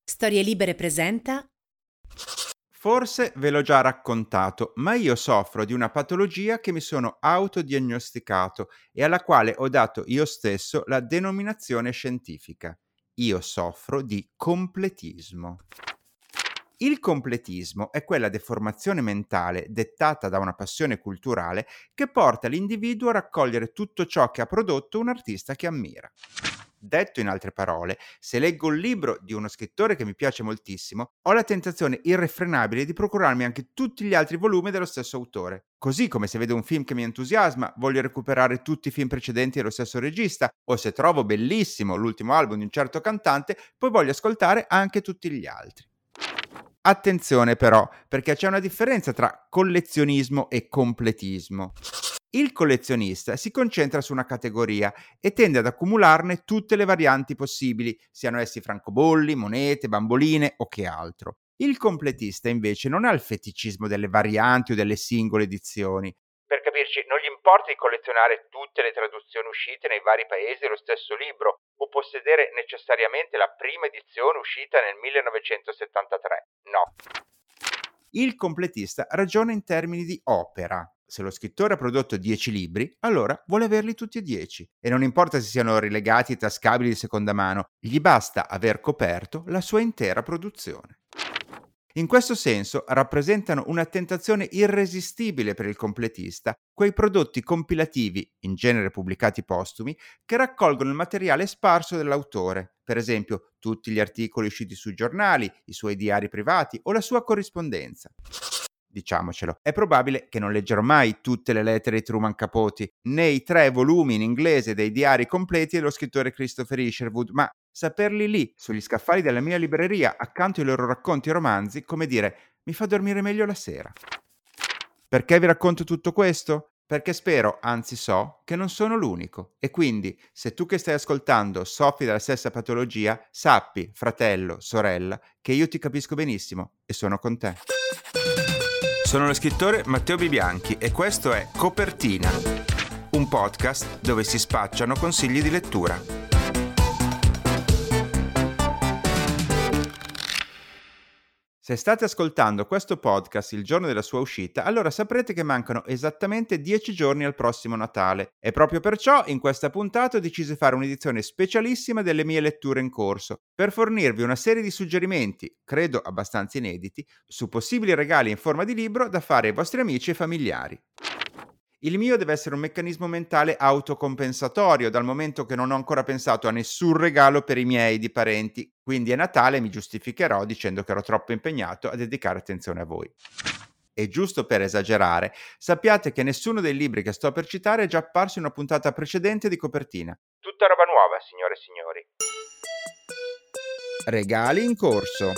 Storie Libere presenta. Forse ve l'ho già raccontato, ma io soffro di una patologia che mi sono autodiagnosticato e alla quale ho dato io stesso la denominazione scientifica. Io soffro di completismo. Il completismo è quella deformazione mentale dettata da una passione culturale che porta l'individuo a raccogliere tutto ciò che ha prodotto un artista che ammira. Detto in altre parole, se leggo un libro di uno scrittore che mi piace moltissimo, ho la tentazione irrefrenabile di procurarmi anche tutti gli altri volumi dello stesso autore. Così come se vedo un film che mi entusiasma, voglio recuperare tutti i film precedenti dello stesso regista, o se trovo bellissimo l'ultimo album di un certo cantante, poi voglio ascoltare anche tutti gli altri. Attenzione però, perché c'è una differenza tra collezionismo e completismo. Il collezionista si concentra su una categoria e tende ad accumularne tutte le varianti possibili, siano essi francobolli, monete, bamboline o che altro. Il completista invece non ha il feticismo delle varianti o delle singole edizioni. Per capirci, non gli importa di collezionare tutte le traduzioni uscite nei vari paesi dello stesso libro o possedere necessariamente la prima edizione uscita nel 1973. No. Il completista ragiona in termini di opera. Se lo scrittore ha prodotto 10 libri, allora vuole averli tutti e 10. E non importa se siano rilegati e tascabili di seconda mano, gli basta aver coperto la sua intera produzione. In questo senso rappresentano una tentazione irresistibile per il completista quei prodotti compilativi, in genere pubblicati postumi, che raccolgono il materiale sparso dell'autore, per esempio tutti gli articoli usciti sui giornali, i suoi diari privati o la sua corrispondenza. Diciamocelo, è probabile che non leggerò mai tutte le lettere di Truman Capote, né i 3 volumi in inglese dei diari completi dello scrittore Christopher Isherwood, ma saperli lì, sugli scaffali della mia libreria, accanto ai loro racconti e romanzi, come dire, mi fa dormire meglio la sera. Perché vi racconto tutto questo? Perché spero, anzi so, che non sono l'unico. E quindi, se tu che stai ascoltando soffri della stessa patologia, sappi, fratello, sorella, che io ti capisco benissimo e sono con te. Sono lo scrittore Matteo Bibianchi e questo è Copertina, un podcast dove si spacciano consigli di lettura. Se state ascoltando questo podcast il giorno della sua uscita, allora saprete che mancano esattamente 10 giorni al prossimo Natale e proprio perciò in questa puntata ho deciso di fare un'edizione specialissima delle mie letture in corso per fornirvi una serie di suggerimenti, credo abbastanza inediti, su possibili regali in forma di libro da fare ai vostri amici e familiari. Il mio deve essere un meccanismo mentale autocompensatorio, dal momento che non ho ancora pensato a nessun regalo per i miei di parenti, quindi a Natale mi giustificherò dicendo che ero troppo impegnato a dedicare attenzione a voi. E giusto per esagerare, sappiate che nessuno dei libri che sto per citare è già apparso in una puntata precedente di Copertina. Tutta roba nuova, signore e signori. Regali in corso.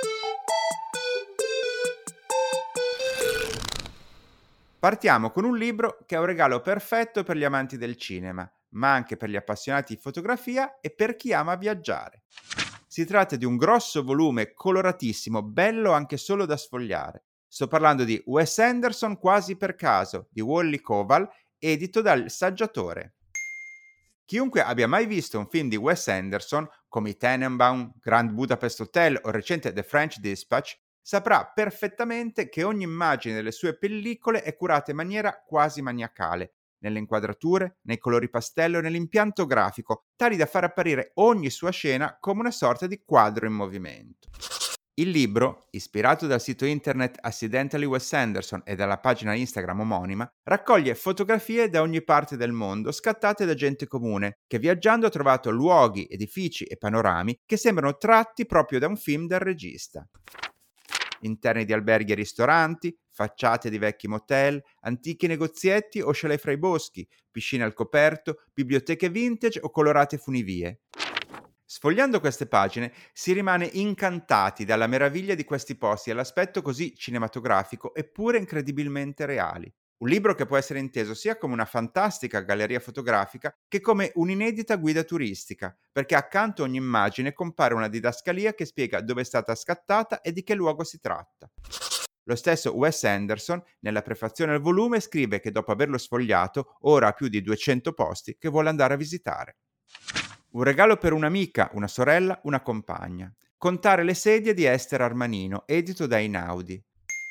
Partiamo con un libro che è un regalo perfetto per gli amanti del cinema, ma anche per gli appassionati di fotografia e per chi ama viaggiare. Si tratta di un grosso volume coloratissimo, bello anche solo da sfogliare. Sto parlando di Wes Anderson quasi per caso, di Wally Koval, edito dal Saggiatore. Chiunque abbia mai visto un film di Wes Anderson, come i Tenenbaum, Grand Budapest Hotel o il recente The French Dispatch, saprà perfettamente che ogni immagine delle sue pellicole è curata in maniera quasi maniacale, nelle inquadrature, nei colori pastello e nell'impianto grafico, tali da far apparire ogni sua scena come una sorta di quadro in movimento. Il libro, ispirato dal sito internet Accidentally Wes Anderson e dalla pagina Instagram omonima, raccoglie fotografie da ogni parte del mondo scattate da gente comune, che viaggiando ha trovato luoghi, edifici e panorami che sembrano tratti proprio da un film del regista. Interni di alberghi e ristoranti, facciate di vecchi motel, antichi negozietti o chalet fra i boschi, piscine al coperto, biblioteche vintage o colorate funivie. Sfogliando queste pagine si rimane incantati dalla meraviglia di questi posti e all'aspetto così cinematografico eppure incredibilmente reali. Un libro che può essere inteso sia come una fantastica galleria fotografica che come un'inedita guida turistica, perché accanto a ogni immagine compare una didascalia che spiega dove è stata scattata e di che luogo si tratta. Lo stesso Wes Anderson, nella prefazione al volume, scrive che dopo averlo sfogliato, ora ha più di 200 posti che vuole andare a visitare. Un regalo per un'amica, una sorella, una compagna. Contare le sedie di Esther Armanino, edito da Einaudi.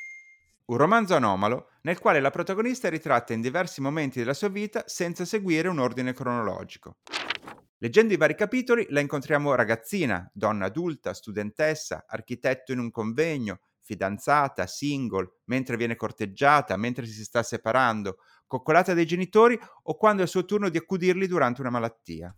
Un romanzo anomalo nel quale la protagonista è ritratta in diversi momenti della sua vita senza seguire un ordine cronologico. Leggendo i vari capitoli la incontriamo ragazzina, donna adulta, studentessa, architetto in un convegno, fidanzata, single, mentre viene corteggiata, mentre si sta separando, coccolata dai genitori o quando è il suo turno di accudirli durante una malattia.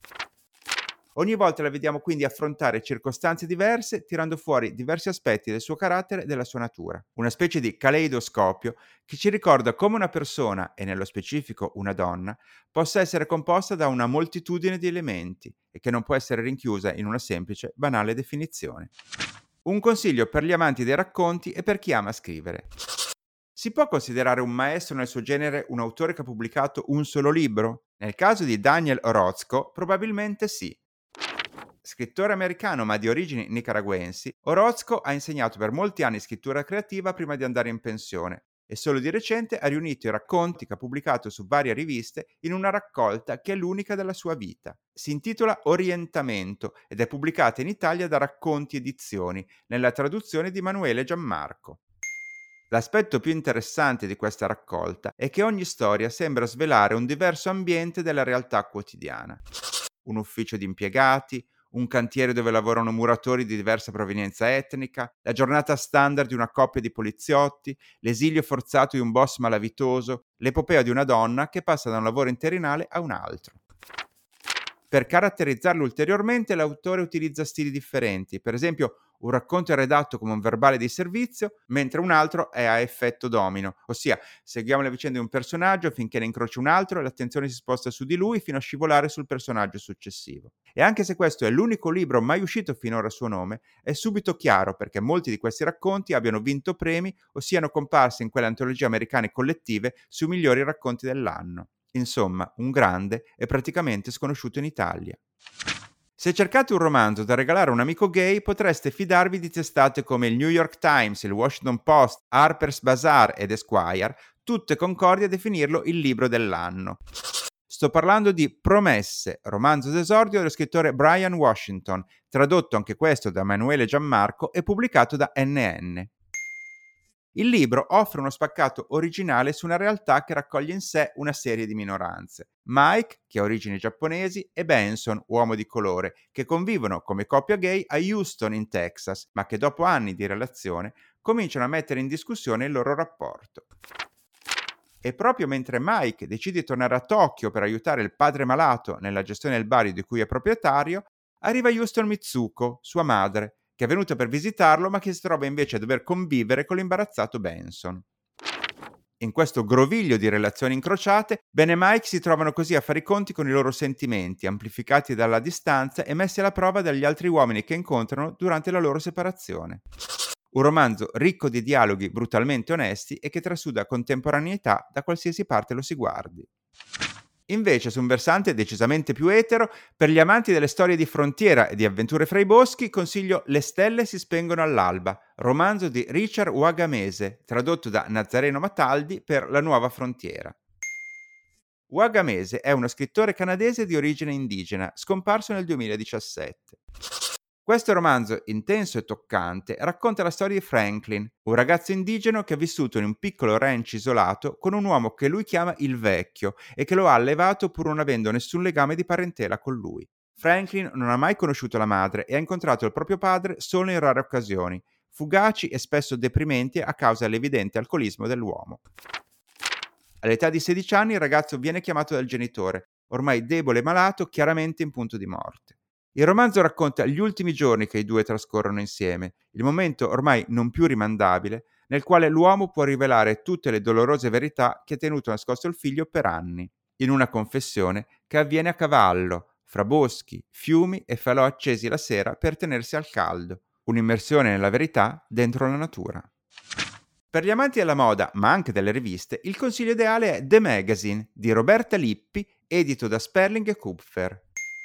Ogni volta la vediamo quindi affrontare circostanze diverse, tirando fuori diversi aspetti del suo carattere e della sua natura. Una specie di caleidoscopio che ci ricorda come una persona, e nello specifico una donna, possa essere composta da una moltitudine di elementi e che non può essere rinchiusa in una semplice, banale definizione. Un consiglio per gli amanti dei racconti e per chi ama scrivere. Si può considerare un maestro nel suo genere un autore che ha pubblicato un solo libro? Nel caso di Daniel Orozco, probabilmente sì. Scrittore americano ma di origini nicaraguensi, Orozco ha insegnato per molti anni scrittura creativa prima di andare in pensione e solo di recente ha riunito i racconti che ha pubblicato su varie riviste in una raccolta che è l'unica della sua vita. Si intitola Orientamento ed è pubblicata in Italia da Racconti Edizioni, nella traduzione di Emanuele Giammarco. L'aspetto più interessante di questa raccolta è che ogni storia sembra svelare un diverso ambiente della realtà quotidiana. Un ufficio di impiegati, un cantiere dove lavorano muratori di diversa provenienza etnica, la giornata standard di una coppia di poliziotti, l'esilio forzato di un boss malavitoso, l'epopea di una donna che passa da un lavoro interinale a un altro. Per caratterizzarlo ulteriormente, l'autore utilizza stili differenti. Per esempio, un racconto è redatto come un verbale di servizio, mentre un altro è a effetto domino, ossia seguiamo le vicende di un personaggio finché ne incrocia un altro e l'attenzione si sposta su di lui fino a scivolare sul personaggio successivo. E anche se questo è l'unico libro mai uscito finora a suo nome, è subito chiaro perché molti di questi racconti abbiano vinto premi o siano comparsi in quelle antologie americane collettive sui migliori racconti dell'anno. Insomma, un grande e praticamente sconosciuto in Italia. Se cercate un romanzo da regalare a un amico gay, potreste fidarvi di testate come il New York Times, il Washington Post, Harper's Bazaar ed Esquire, tutte concordi a definirlo il libro dell'anno. Sto parlando di Promesse, romanzo d'esordio dello scrittore Brian Washington, tradotto anche questo da Emanuele Giammarco e pubblicato da NN. Il libro offre uno spaccato originale su una realtà che raccoglie in sé una serie di minoranze. Mike, che ha origini giapponesi, e Benson, uomo di colore, che convivono come coppia gay a Houston, in Texas, ma che dopo anni di relazione cominciano a mettere in discussione il loro rapporto. E proprio mentre Mike decide di tornare a Tokyo per aiutare il padre malato nella gestione del bar di cui è proprietario, arriva Houston Mitsuko, sua madre, che è venuta per visitarlo ma che si trova invece a dover convivere con l'imbarazzato Benson. In questo groviglio di relazioni incrociate, Ben e Mike si trovano così a fare i conti con i loro sentimenti, amplificati dalla distanza e messi alla prova dagli altri uomini che incontrano durante la loro separazione. Un romanzo ricco di dialoghi brutalmente onesti e che trasuda contemporaneità da qualsiasi parte lo si guardi. Invece, su un versante decisamente più etero, per gli amanti delle storie di frontiera e di avventure fra i boschi, consiglio Le stelle si spengono all'alba, romanzo di Richard Wagamese, tradotto da Nazzareno Mataldi per La Nuova Frontiera. Wagamese è uno scrittore canadese di origine indigena, scomparso nel 2017. Questo romanzo, intenso e toccante, racconta la storia di Franklin, un ragazzo indigeno che ha vissuto in un piccolo ranch isolato con un uomo che lui chiama il vecchio e che lo ha allevato pur non avendo nessun legame di parentela con lui. Franklin non ha mai conosciuto la madre e ha incontrato il proprio padre solo in rare occasioni, fugaci e spesso deprimenti a causa dell'evidente alcolismo dell'uomo. All'età di 16 anni il ragazzo viene chiamato dal genitore, ormai debole e malato, chiaramente in punto di morte. Il romanzo racconta gli ultimi giorni che i due trascorrono insieme, il momento ormai non più rimandabile, nel quale l'uomo può rivelare tutte le dolorose verità che ha tenuto nascosto il figlio per anni, in una confessione che avviene a cavallo, fra boschi, fiumi e falò accesi la sera per tenersi al caldo, un'immersione nella verità dentro la natura. Per gli amanti della moda, ma anche delle riviste, il consiglio ideale è The Magazine di Roberta Lippi, edito da Sperling e Kupfer.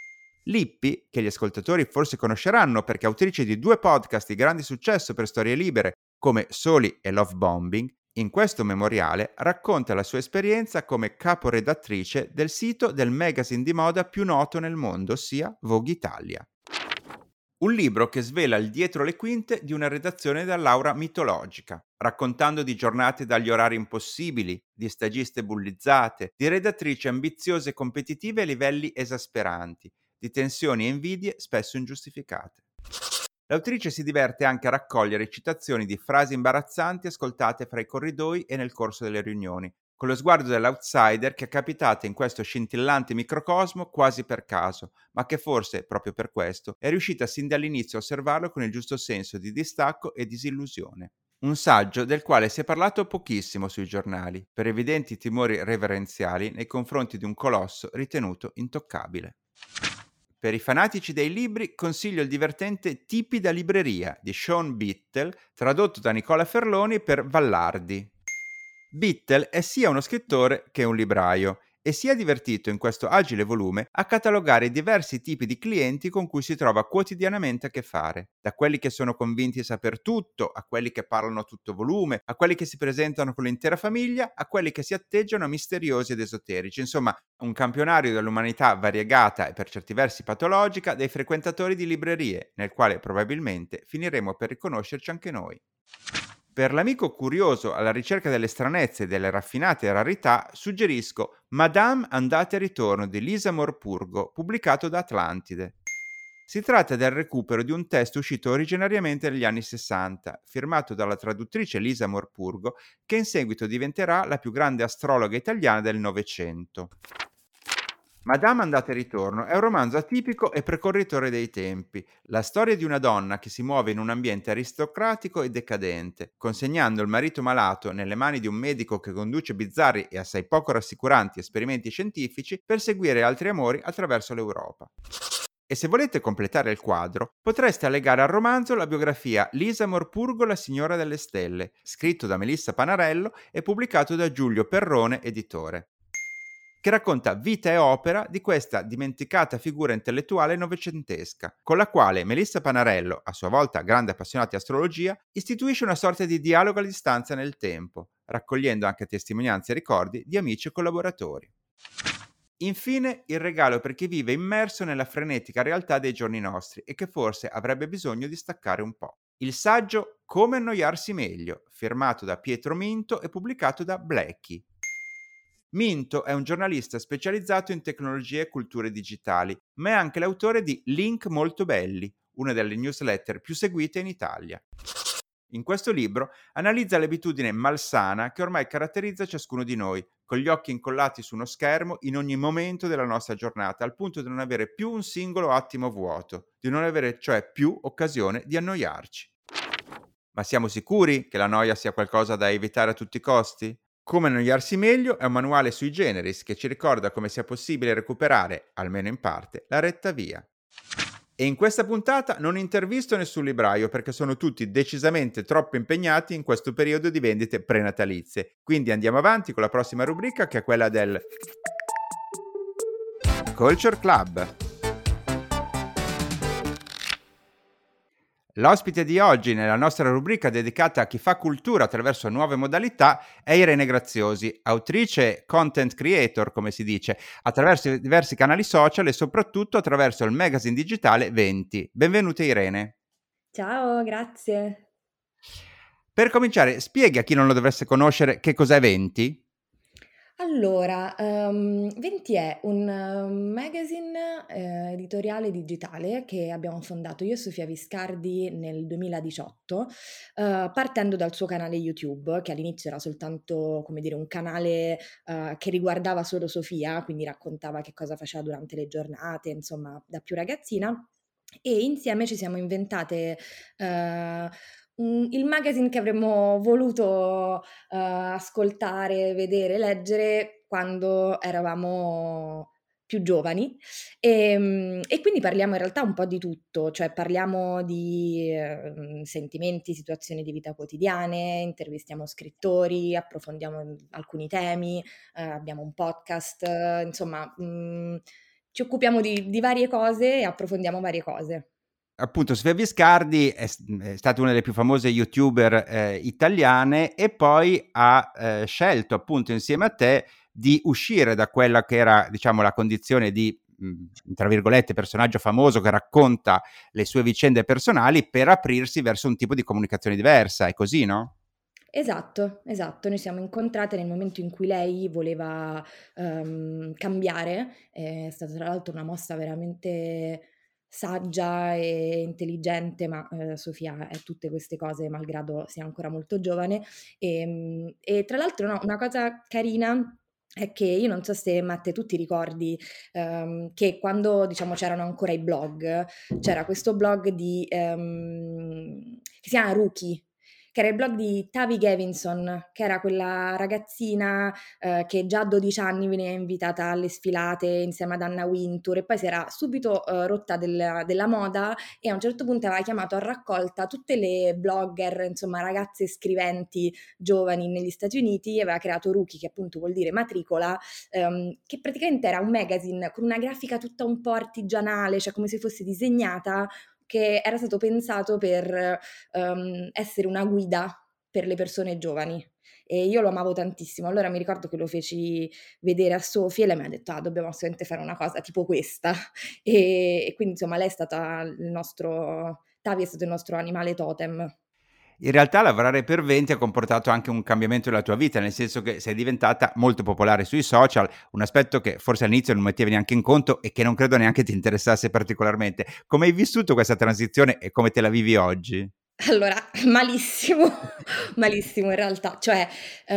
Lippi, che gli ascoltatori forse conosceranno perché è autrice di 2 podcast di grande successo per storie libere come Soli e Love Bombing, in questo memoriale racconta la sua esperienza come caporedattrice del sito del magazine di moda più noto nel mondo, ossia Vogue Italia. Un libro che svela il dietro le quinte di una redazione dall'aura mitologica, raccontando di giornate dagli orari impossibili, di stagiste bullizzate, di redattrici ambiziose e competitive a livelli esasperanti, di tensioni e invidie spesso ingiustificate. L'autrice si diverte anche a raccogliere citazioni di frasi imbarazzanti ascoltate fra i corridoi e nel corso delle riunioni, con lo sguardo dell'outsider che è capitata in questo scintillante microcosmo quasi per caso, ma che forse, proprio per questo, è riuscita sin dall'inizio a osservarlo con il giusto senso di distacco e disillusione. Un saggio del quale si è parlato pochissimo sui giornali, per evidenti timori reverenziali nei confronti di un colosso ritenuto intoccabile. Per i fanatici dei libri consiglio il divertente Tipi da libreria di Sean Bittel, tradotto da Nicola Ferloni per Vallardi. Bittel è sia uno scrittore che un libraio e si è divertito in questo agile volume a catalogare i diversi tipi di clienti con cui si trova quotidianamente a che fare, da quelli che sono convinti di saper tutto, a quelli che parlano a tutto volume, a quelli che si presentano con l'intera famiglia, a quelli che si atteggiano misteriosi ed esoterici, insomma un campionario dell'umanità variegata e per certi versi patologica dei frequentatori di librerie, nel quale probabilmente finiremo per riconoscerci anche noi. Per l'amico curioso alla ricerca delle stranezze e delle raffinate rarità, suggerisco Madame Andate e Ritorno di Lisa Morpurgo, pubblicato da Atlantide. Si tratta del recupero di un testo uscito originariamente negli anni 60, firmato dalla traduttrice Lisa Morpurgo, che in seguito diventerà la più grande astrologa italiana del Novecento. Madame Andate e Ritorno è un romanzo atipico e precorritore dei tempi, la storia di una donna che si muove in un ambiente aristocratico e decadente, consegnando il marito malato nelle mani di un medico che conduce bizzarri e assai poco rassicuranti esperimenti scientifici per seguire altri amori attraverso l'Europa. E se volete completare il quadro, potreste allegare al romanzo la biografia Lisa Morpurgo, la signora delle stelle, scritto da Melissa Panarello e pubblicato da Giulio Perrone, editore, che racconta vita e opera di questa dimenticata figura intellettuale novecentesca, con la quale Melissa Panarello, a sua volta grande appassionata di astrologia, istituisce una sorta di dialogo a distanza nel tempo, raccogliendo anche testimonianze e ricordi di amici e collaboratori. Infine, il regalo per chi vive immerso nella frenetica realtà dei giorni nostri e che forse avrebbe bisogno di staccare un po'. Il saggio Come annoiarsi meglio, firmato da Pietro Minto e pubblicato da Blackie. Minto è un giornalista specializzato in tecnologie e culture digitali, ma è anche l'autore di Link Molto Belli, una delle newsletter più seguite in Italia. In questo libro analizza l'abitudine malsana che ormai caratterizza ciascuno di noi, con gli occhi incollati su uno schermo in ogni momento della nostra giornata, al punto di non avere più un singolo attimo vuoto, di non avere cioè più occasione di annoiarci. Ma siamo sicuri che la noia sia qualcosa da evitare a tutti i costi? Come annoiarsi meglio è un manuale sui generis che ci ricorda come sia possibile recuperare, almeno in parte, la retta via. E in questa puntata non intervisto nessun libraio perché sono tutti decisamente troppo impegnati in questo periodo di vendite prenatalizie. Quindi andiamo avanti con la prossima rubrica, che è quella del Culture Club. L'ospite di oggi nella nostra rubrica dedicata a chi fa cultura attraverso nuove modalità è Irene Graziosi, autrice, content creator, come si dice, attraverso diversi canali social e soprattutto attraverso il magazine digitale Venti. Benvenuta Irene. Ciao, grazie. Per cominciare, spieghi a chi non lo dovesse conoscere che cos'è Venti? Allora, Venti è un magazine, editoriale digitale che abbiamo fondato io e Sofia Viscardi nel 2018, partendo dal suo canale YouTube, che all'inizio era soltanto, come dire, un canale, che riguardava solo Sofia, quindi raccontava che cosa faceva durante le giornate, insomma, da più ragazzina. E insieme ci siamo inventate, il magazine che avremmo voluto, ascoltare, vedere, leggere quando eravamo più giovani. E quindi parliamo in realtà un po' di tutto, cioè parliamo di, sentimenti, situazioni di vita quotidiane, intervistiamo scrittori, approfondiamo, alcuni temi, abbiamo un podcast, insomma, ci occupiamo di varie cose e approfondiamo varie cose. Appunto, Sofia Viscardi è stata una delle più famose youtuber italiane e poi ha scelto appunto insieme a te di uscire da quella che era, diciamo, la condizione di tra virgolette, personaggio famoso che racconta le sue vicende personali per aprirsi verso un tipo di comunicazione diversa, è così, no? Esatto, esatto. Noi siamo incontrate nel momento in cui lei voleva, cambiare. È stata tra l'altro una mossa veramente saggia e intelligente, ma, Sofia è tutte queste cose malgrado sia ancora molto giovane. E tra l'altro no, una cosa carina è che io non so se Matte tu ti ricordi, che quando diciamo c'erano ancora i blog, c'era questo blog che si chiama Rookie, che era il blog di Tavi Gevinson, che era quella ragazzina che già a 12 anni veniva invitata alle sfilate insieme ad Anna Wintour e poi si era subito rotta della moda e a un certo punto aveva chiamato a raccolta tutte le blogger, insomma ragazze scriventi giovani negli Stati Uniti e aveva creato Rookie, che appunto vuol dire matricola, che praticamente era un magazine con una grafica tutta un po' artigianale, cioè come se fosse disegnata, che era stato pensato per essere una guida per le persone giovani. E io lo amavo tantissimo. Allora mi ricordo che lo feci vedere a Sofia e lei mi ha detto: "Ah, dobbiamo assolutamente fare una cosa tipo questa". E quindi insomma lei è stata il nostro Tavi è stato il nostro animale totem. In realtà lavorare per 20 ha comportato anche un cambiamento della tua vita, nel senso che sei diventata molto popolare sui social, un aspetto che forse all'inizio non mettevi neanche in conto e che non credo neanche ti interessasse particolarmente. Come hai vissuto questa transizione e come te la vivi oggi? Allora, malissimo, malissimo in realtà. Cioè,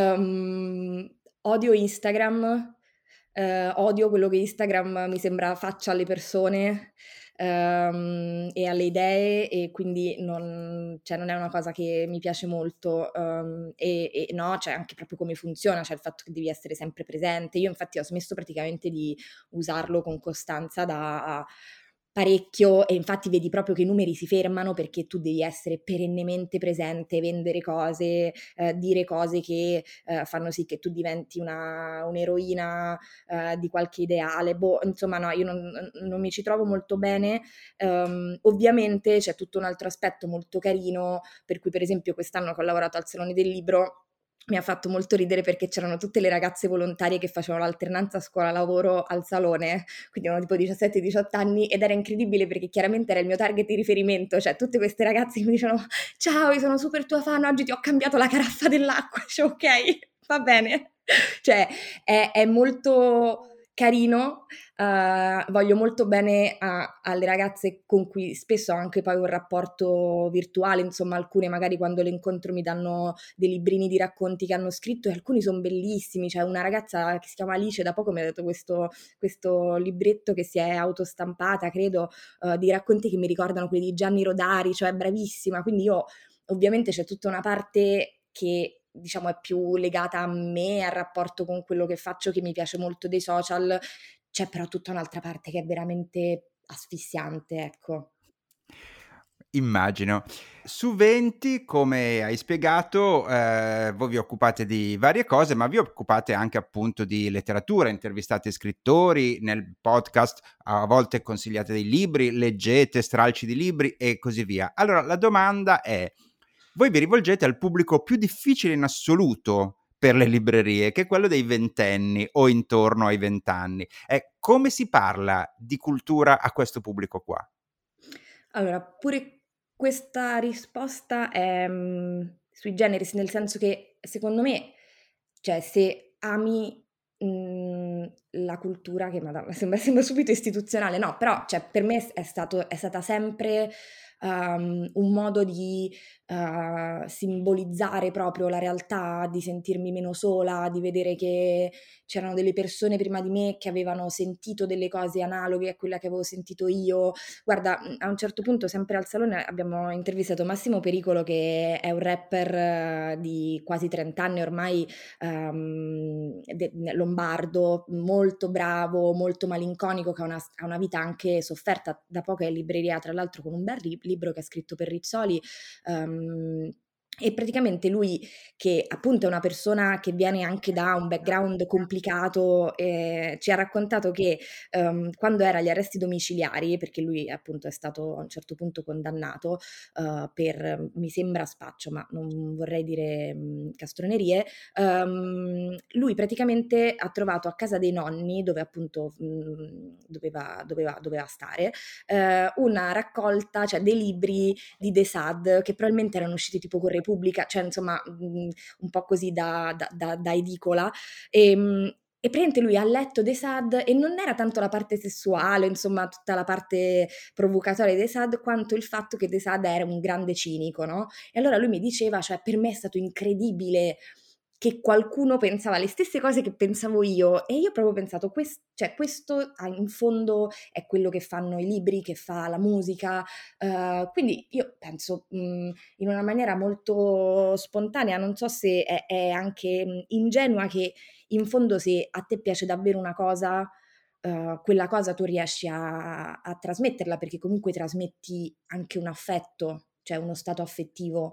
odio Instagram, odio quello che Instagram mi sembra faccia alle persone, e alle idee e quindi non è una cosa che mi piace molto, e no, cioè anche proprio come funziona, cioè il fatto che devi essere sempre presente. Io infatti ho smesso praticamente di usarlo con costanza da parecchio e infatti vedi proprio che i numeri si fermano perché tu devi essere perennemente presente, vendere cose, dire cose che, fanno sì che tu diventi un'eroina, di qualche ideale. Boh, insomma no, io non mi ci trovo molto bene. Ovviamente c'è tutto un altro aspetto molto carino, per cui per esempio quest'anno che ho lavorato al Salone del Libro mi ha fatto molto ridere perché c'erano tutte le ragazze volontarie che facevano l'alternanza scuola-lavoro al salone, quindi avevano tipo 17-18 anni ed era incredibile perché chiaramente era il mio target di riferimento, cioè tutte queste ragazze che mi dicevano ciao, io sono super tua fan, oggi ti ho cambiato la caraffa dell'acqua, dicevo ok, va bene, cioè è molto carino, voglio molto bene alle ragazze con cui spesso ho anche poi un rapporto virtuale, insomma alcune magari quando le incontro mi danno dei librini di racconti che hanno scritto e alcuni son bellissimi, c'è una ragazza che si chiama Alice da poco mi ha dato questo libretto che si è autostampata credo, di racconti che mi ricordano quelli di Gianni Rodari, cioè bravissima. Quindi io ovviamente c'è tutta una parte che diciamo è più legata a me, al rapporto con quello che faccio, che mi piace molto dei social, c'è però tutta un'altra parte che è veramente asfissiante, ecco. Immagino. Su 20, come hai spiegato, voi vi occupate di varie cose, ma vi occupate anche appunto di letteratura, intervistate scrittori, nel podcast a volte consigliate dei libri, leggete stralci di libri e così via. Allora la domanda è: voi vi rivolgete al pubblico più difficile in assoluto per le librerie, che è quello dei ventenni o intorno ai 20 anni. Come si parla di cultura a questo pubblico qua? Allora, pure questa risposta è, sui generis, nel senso che secondo me, cioè se ami, la cultura che madonna sembra subito istituzionale, no, però cioè per me è stata sempre, un modo di, simbolizzare proprio la realtà, di sentirmi meno sola, di vedere che c'erano delle persone prima di me che avevano sentito delle cose analoghe a quella che avevo sentito io. Guarda, a un certo punto sempre al salone abbiamo intervistato Massimo Pericolo che è un rapper di quasi 30 anni ormai, lombardo, molto bravo, molto malinconico, che ha una vita anche sofferta, da poco è in libreria tra l'altro con un bel libro che ha scritto per Rizzoli, ehm, E praticamente lui, che appunto è una persona che viene anche da un background complicato, ci ha raccontato che quando era agli arresti domiciliari, perché lui appunto è stato a un certo punto condannato per, mi sembra, spaccio, ma non vorrei dire castronerie, lui praticamente ha trovato a casa dei nonni, dove appunto doveva stare, una raccolta, cioè dei libri di De Sade, che probabilmente erano usciti tipo con Repubblica, cioè insomma un po' così da edicola. E praticamente lui ha letto De Sade e non era tanto la parte sessuale, insomma, tutta la parte provocatoria di De Sade, quanto il fatto che De Sade era un grande cinico, no? E allora lui mi diceva, cioè per me è stato incredibile che qualcuno pensava le stesse cose che pensavo io, e io proprio ho pensato, cioè, questo in fondo è quello che fanno i libri, che fa la musica, quindi io penso in una maniera molto spontanea, non so se è anche ingenua, che in fondo se a te piace davvero una cosa, quella cosa tu riesci a trasmetterla, perché comunque trasmetti anche un affetto, cioè uno stato affettivo.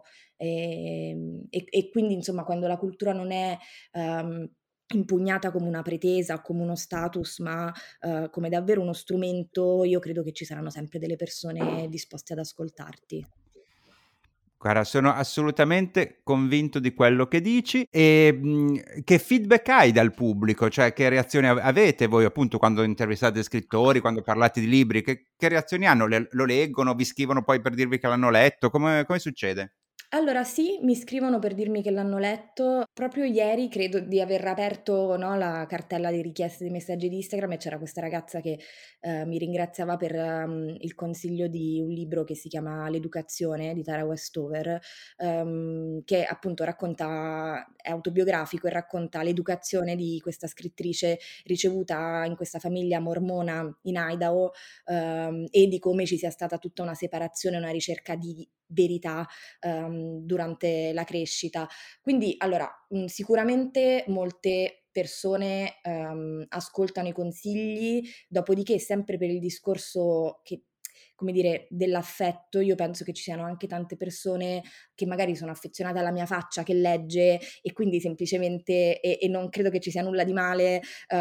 E quindi insomma quando la cultura non è impugnata come una pretesa o come uno status, ma come davvero uno strumento, io credo che ci saranno sempre delle persone disposte ad ascoltarti. Guarda, sono assolutamente convinto di quello che dici. Che feedback hai dal pubblico? Cioè, che reazioni avete voi, appunto, quando intervistate scrittori, quando parlate di libri? Che reazioni hanno? Lo leggono, vi scrivono poi per dirvi che l'hanno letto? Come succede? Allora sì, mi scrivono per dirmi che l'hanno letto. Proprio ieri credo di aver aperto, no, la cartella di richieste di messaggi di Instagram, e c'era questa ragazza che mi ringraziava per il consiglio di un libro che si chiama L'educazione di Tara Westover, che appunto racconta, è autobiografico e racconta l'educazione di questa scrittrice ricevuta in questa famiglia mormona in Idaho, e di come ci sia stata tutta una separazione, una ricerca di verità durante la crescita. Quindi allora, sicuramente molte persone ascoltano i consigli, dopodiché sempre per il discorso che, come dire, dell'affetto, io penso che ci siano anche tante persone che magari sono affezionate alla mia faccia che legge, e quindi semplicemente, e non credo che ci sia nulla di male,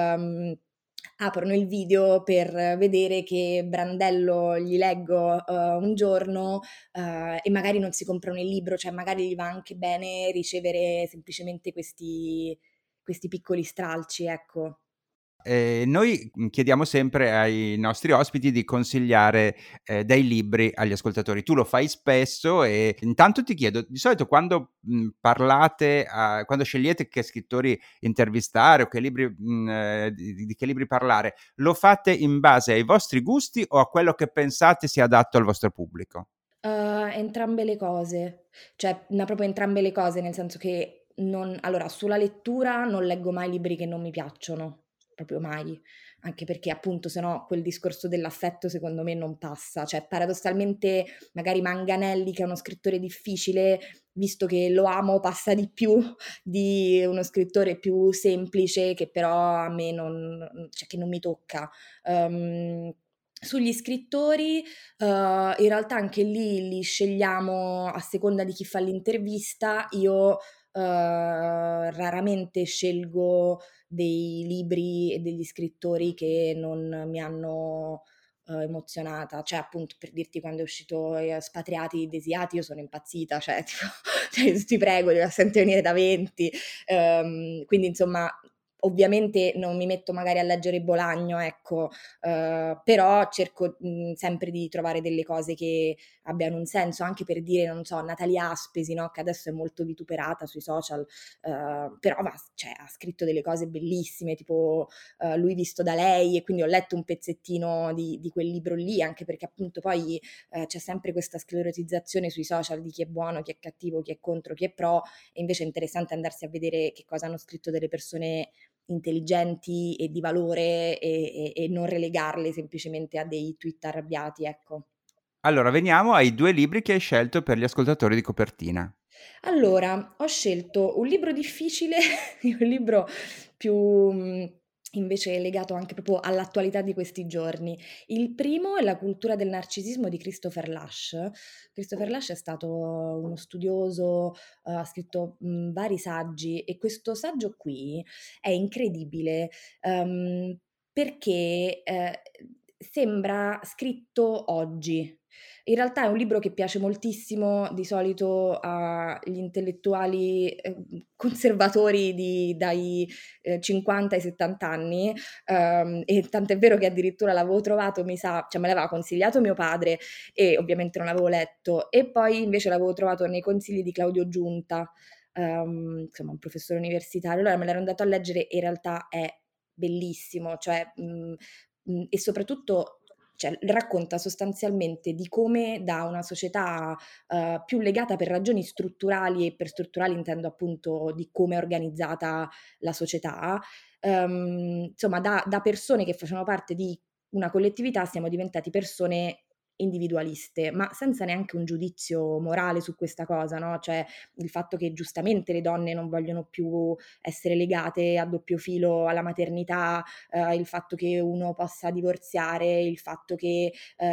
aprono il video per vedere che brandello gli leggo un giorno, e magari non si comprano il libro, cioè magari gli va anche bene ricevere semplicemente questi piccoli stralci, ecco. Noi, chiediamo sempre ai nostri ospiti di consigliare, dei libri agli ascoltatori. Tu lo fai spesso e intanto ti chiedo, di solito quando, quando scegliete che scrittori intervistare o che libri di che libri parlare, lo fate in base ai vostri gusti o a quello che pensate sia adatto al vostro pubblico? Entrambe le cose, cioè, ma proprio entrambe le cose, nel senso che non, allora, sulla lettura non leggo mai libri che non mi piacciono, proprio mai, anche perché appunto se no quel discorso dell'affetto secondo me non passa, cioè paradossalmente magari Manganelli, che è uno scrittore difficile, visto che lo amo, passa di più di uno scrittore più semplice che però a me non, cioè che non mi tocca. Sugli scrittori, in realtà anche lì li scegliamo a seconda di chi fa l'intervista. Io raramente scelgo dei libri e degli scrittori che non mi hanno emozionata. Cioè, appunto, per dirti, quando è uscito Spatriati Desiati, io sono impazzita, cioè, tipo, cioè, ti prego, devi sentire venire da 20. Quindi, insomma, ovviamente non mi metto magari a leggere Bolagno, ecco, però cerco sempre di trovare delle cose che abbiano un senso, anche per dire, non so, Natalia Aspesi, no? Che adesso è molto vituperata sui social, però cioè, ha scritto delle cose bellissime, tipo Lui visto da lei, e quindi ho letto un pezzettino di quel libro lì, anche perché appunto poi c'è sempre questa sclerotizzazione sui social di chi è buono, chi è cattivo, chi è contro, chi è pro, e invece è interessante andarsi a vedere che cosa hanno scritto delle persone intelligenti e di valore, e non relegarle semplicemente a dei tweet arrabbiati, ecco. Allora, veniamo ai 2 libri che hai scelto per gli ascoltatori di copertina. Allora, ho scelto un libro difficile e un libro più invece legato anche proprio all'attualità di questi giorni. Il primo è La cultura del narcisismo di Christopher Lasch. Christopher Lasch è stato uno studioso, ha scritto vari saggi e questo saggio qui è incredibile perché sembra scritto oggi. In realtà è un libro che piace moltissimo di solito agli intellettuali conservatori dai 50 ai 70 anni, e tant'è vero che addirittura l'avevo trovato, mi sa, cioè me l'aveva consigliato mio padre e ovviamente non l'avevo letto, e poi invece l'avevo trovato nei consigli di Claudio Giunta, insomma un professore universitario, allora me l'ero andato a leggere e in realtà è bellissimo, cioè, e soprattutto cioè, racconta sostanzialmente di come da una società più legata per ragioni strutturali, e per strutturali intendo appunto di come è organizzata la società, insomma da persone che facevano parte di una collettività siamo diventati persone individualiste, ma senza neanche un giudizio morale su questa cosa, no, cioè il fatto che giustamente le donne non vogliono più essere legate a doppio filo alla maternità, il fatto che uno possa divorziare, il fatto che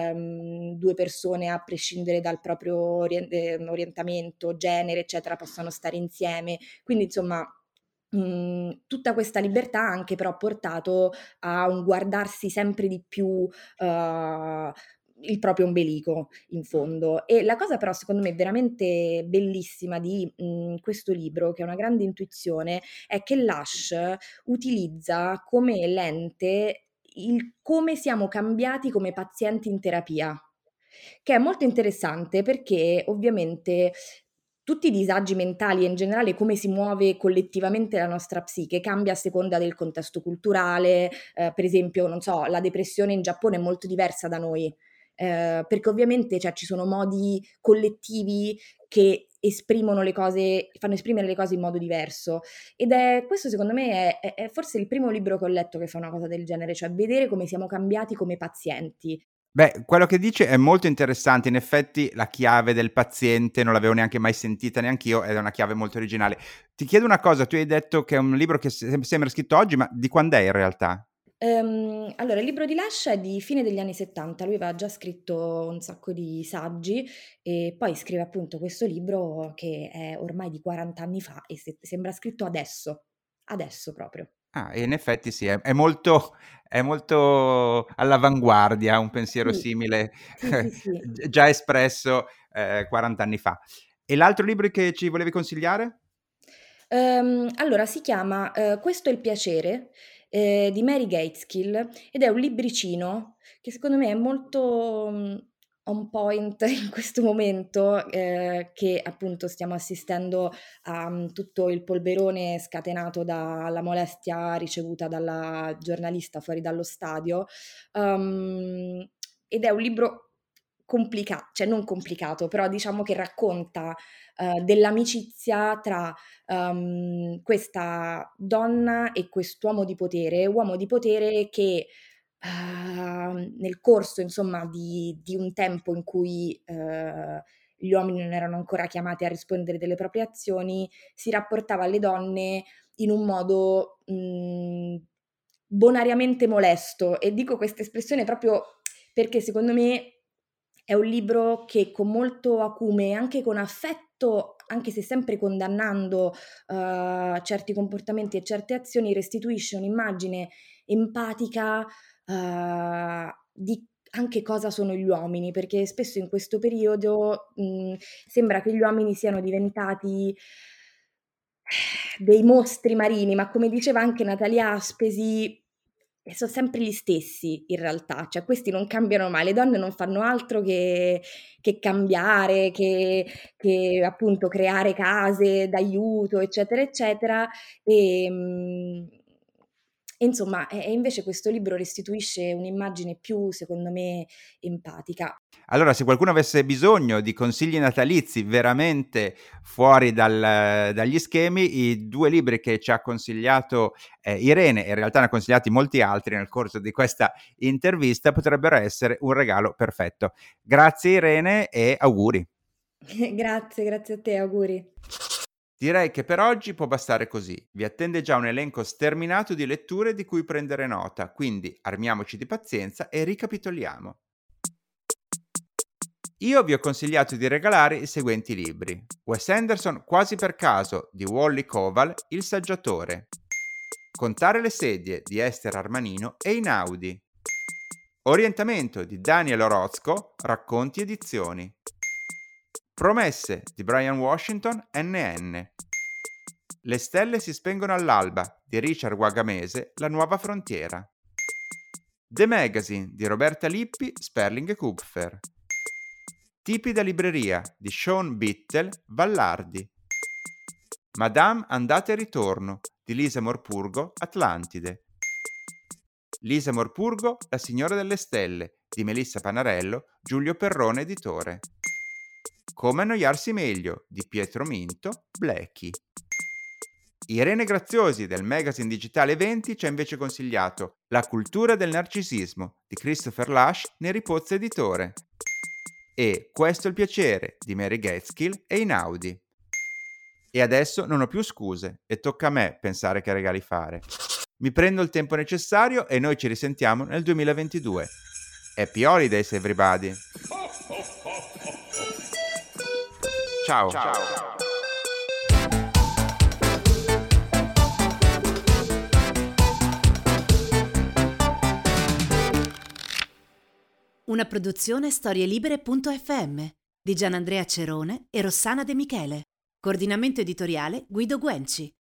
2 persone a prescindere dal proprio orientamento, genere, eccetera, possano stare insieme. Quindi insomma, tutta questa libertà ha anche però portato a un guardarsi sempre di più, il proprio ombelico in fondo. E la cosa però secondo me veramente bellissima di, questo libro, che è una grande intuizione, è che Lash utilizza come lente il come siamo cambiati come pazienti in terapia, che è molto interessante perché ovviamente tutti i disagi mentali e in generale come si muove collettivamente la nostra psiche cambia a seconda del contesto culturale, per esempio, non so, la depressione in Giappone è molto diversa da noi, perché ovviamente, cioè, ci sono modi collettivi che esprimono le cose, fanno esprimere le cose in modo diverso. Ed è questo secondo me è forse il primo libro che ho letto che fa una cosa del genere, cioè vedere come siamo cambiati come pazienti. Beh, quello che dici è molto interessante. In effetti la chiave del paziente non l'avevo neanche mai sentita neanch'io ed è una chiave molto originale. Ti chiedo una cosa, tu hai detto che è un libro che sembra scritto oggi, ma di quand'è in realtà? Allora il libro di Lascia è di fine degli anni '70, lui aveva già scritto un sacco di saggi e poi scrive appunto questo libro che è ormai di 40 anni fa e sembra scritto adesso proprio. Ah, e in effetti sì, è molto all'avanguardia, un pensiero Sì, simile sì, sì, sì. già espresso, 40 anni fa. E l'altro libro che ci volevi consigliare? Allora si chiama, Questo è il piacere, di Mary Gaitskill ed è un libricino che secondo me è molto, on point in questo momento, che appunto stiamo assistendo a, tutto il polverone scatenato dalla molestia ricevuta dalla giornalista fuori dallo stadio. Uhm, Ed è un libro cioè non complicato, però diciamo che racconta, dell'amicizia tra questa donna e quest'uomo di potere, uomo di potere che, nel corso insomma di un tempo in cui, gli uomini non erano ancora chiamati a rispondere delle proprie azioni, si rapportava alle donne in un modo, bonariamente molesto. E dico questa espressione proprio perché secondo me è un libro che con molto acume e anche con affetto, anche se sempre condannando, certi comportamenti e certe azioni, restituisce un'immagine empatica, di anche cosa sono gli uomini, perché spesso in questo periodo, sembra che gli uomini siano diventati dei mostri marini, ma come diceva anche Natalia Aspesi, so sempre gli stessi in realtà, cioè questi non cambiano mai, le donne non fanno altro che cambiare, che appunto creare case d'aiuto, eccetera, eccetera. Ehm, e insomma, e invece questo libro restituisce un'immagine più, secondo me, empatica. Allora, se qualcuno avesse bisogno di consigli natalizi veramente fuori dagli schemi, i 2 libri che ci ha consigliato, Irene, e in realtà ne ha consigliati molti altri nel corso di questa intervista, potrebbero essere un regalo perfetto. Grazie Irene e auguri. Grazie, grazie a te, auguri. Direi che per oggi può bastare così. Vi attende già un elenco sterminato di letture di cui prendere nota, quindi armiamoci di pazienza e ricapitoliamo. Io vi ho consigliato di regalare i seguenti libri: Wes Anderson Quasi per caso di Wally Koval, Il saggiatore; Contare le sedie di Esther Armanino e Inaudi; Orientamento di Daniel Orozco, Racconti Edizioni; Promesse di Brian Washington, NN; Le stelle si spengono all'alba di Richard Guagamese, La nuova frontiera; The Magazine di Roberta Lippi, Sperling e Kupfer; Tipi da libreria di Sean Bittel, Vallardi; Madame andata e ritorno di Lisa Morpurgo, Atlantide; Lisa Morpurgo, La signora delle stelle di Melissa Panarello, Giulio Perrone editore; Come annoiarsi meglio di Pietro Minto, Blackie. Irene Graziosi del magazine digitale 20 ci ha invece consigliato La cultura del narcisismo di Christopher Lasch, Neri Pozzo editore, e Questo è il piacere di Mary Gateskill e Inaudi. E adesso non ho più scuse e tocca a me pensare che regali fare. Mi prendo il tempo necessario e noi ci risentiamo nel 2022. Happy Holidays everybody! Ciao! Una produzione storielibere.fm di Gianandrea Cerone e Rossana De Michele. Coordinamento editoriale Guido Guenci.